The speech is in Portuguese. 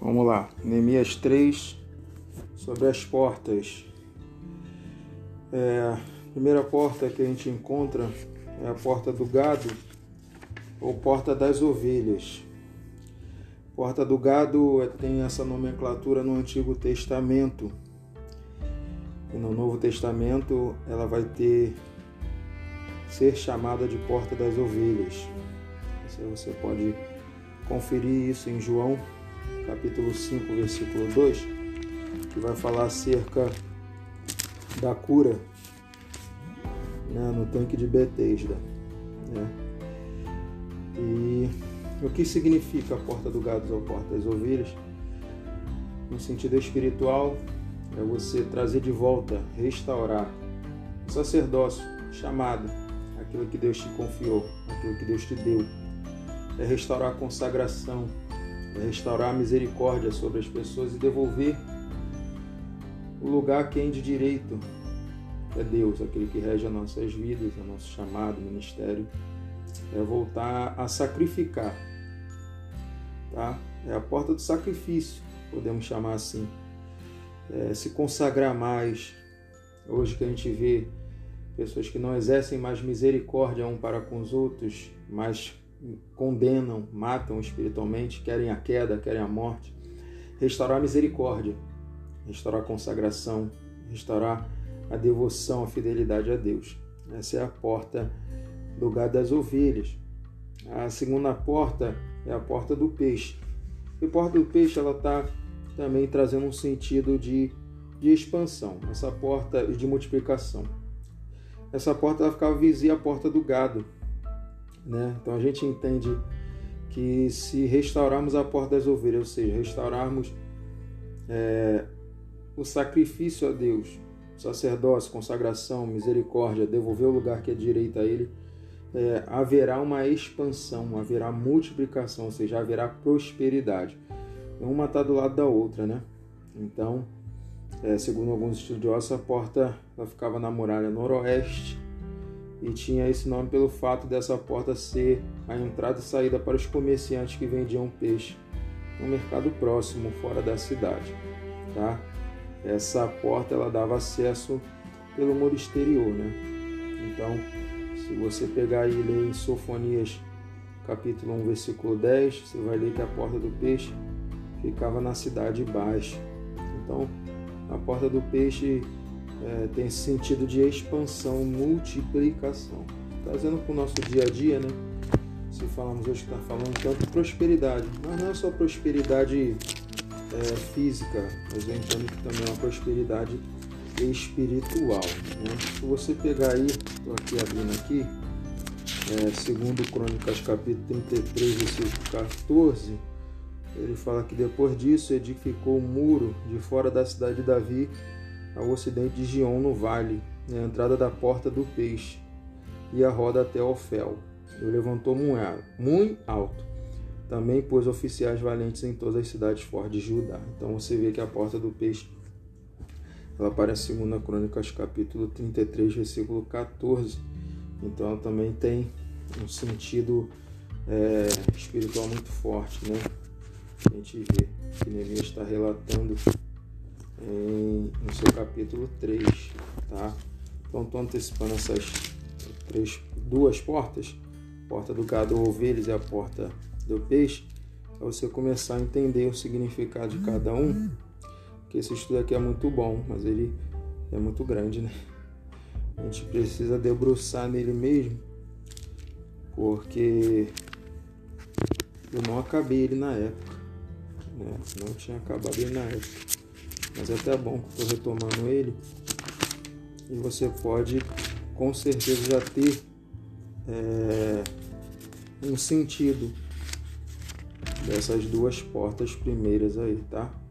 Vamos lá, Neemias 3, sobre as portas. A primeira porta que a gente encontra é a porta do gado ou porta das ovelhas. Porta do gado tem essa nomenclatura no Antigo Testamento. E no Novo Testamento ela vai ser chamada de porta das ovelhas. Você pode conferir isso em João, capítulo 5, versículo 2, que vai falar acerca da cura, no tanque de Betesda. E o que significa a porta do gado ou porta das ovelhas? No sentido espiritual, é você trazer de volta, restaurar o sacerdócio, chamado, aquilo que Deus te confiou, aquilo que Deus te deu. É restaurar a consagração, é restaurar a misericórdia sobre as pessoas e devolver o lugar a quem de direito é Deus, aquele que rege as nossas vidas, o nosso chamado, ministério. É voltar a sacrificar, tá? É a porta do sacrifício, podemos chamar assim. Se consagrar mais. Hoje que a gente vê pessoas que não exercem mais misericórdia um para com os outros, mas condenam, matam espiritualmente, querem a queda, querem a morte. Restaurar a misericórdia, restaurar a consagração, restaurar a devoção, a fidelidade a Deus. Essa é a porta do gado das ovelhas. A segunda porta é a porta do peixe. E a porta do peixe ela está também trazendo um sentido de expansão, essa porta e de multiplicação. Essa porta ela ficava vizinha à porta do gado. Então a gente entende que se restaurarmos a porta das ovelhas, ou seja, restaurarmos o sacrifício a Deus, sacerdócio, consagração, misericórdia, devolver o lugar que é direito a Ele, haverá uma expansão, haverá multiplicação, ou seja, haverá prosperidade. Uma está do lado da outra, Então, segundo alguns estudiosos, a porta ela ficava na muralha noroeste e tinha esse nome pelo fato dessa porta ser a entrada e saída para os comerciantes que vendiam peixe no mercado próximo, fora da cidade, tá? Essa porta ela dava acesso pelo muro exterior, Então, se você pegar e ler em Sofonias, capítulo 1, versículo 10, você vai ler que a porta do peixe ficava na cidade baixa. Então, a porta do peixe tem esse sentido de expansão, multiplicação. Trazendo para o nosso dia a dia, Se falamos hoje que está falando tanto de prosperidade, mas não é só prosperidade física, mas eu entendo que também é uma prosperidade espiritual. Se você pegar aí, estou aqui abrindo aqui, segundo Crônicas capítulo 33, versículo 14, ele fala que depois disso edificou o muro de fora da cidade de Davi, ao ocidente de Gion, no vale, na entrada da porta do peixe, e a roda até Ofel. Ele levantou muito alto. Também pôs oficiais valentes em todas as cidades fortes de Judá. Então você vê que a porta do peixe ela aparece em 2 Crônicas capítulo 33, versículo 14. Então ela também tem um sentido espiritual muito forte, A gente vê que Neemias está relatando no seu capítulo 3, tá? Então estou antecipando essas duas portas, a porta do gado ou ovelhas e a porta do peixe, para você começar a entender o significado de cada um, porque esse estudo aqui é muito bom, mas ele é muito grande, A gente precisa debruçar nele mesmo, porque eu não acabei ele na época, Não tinha acabado ele na época, mas é até bom que estou retomando ele, e você pode com certeza já ter um sentido dessas duas portas primeiras aí, tá?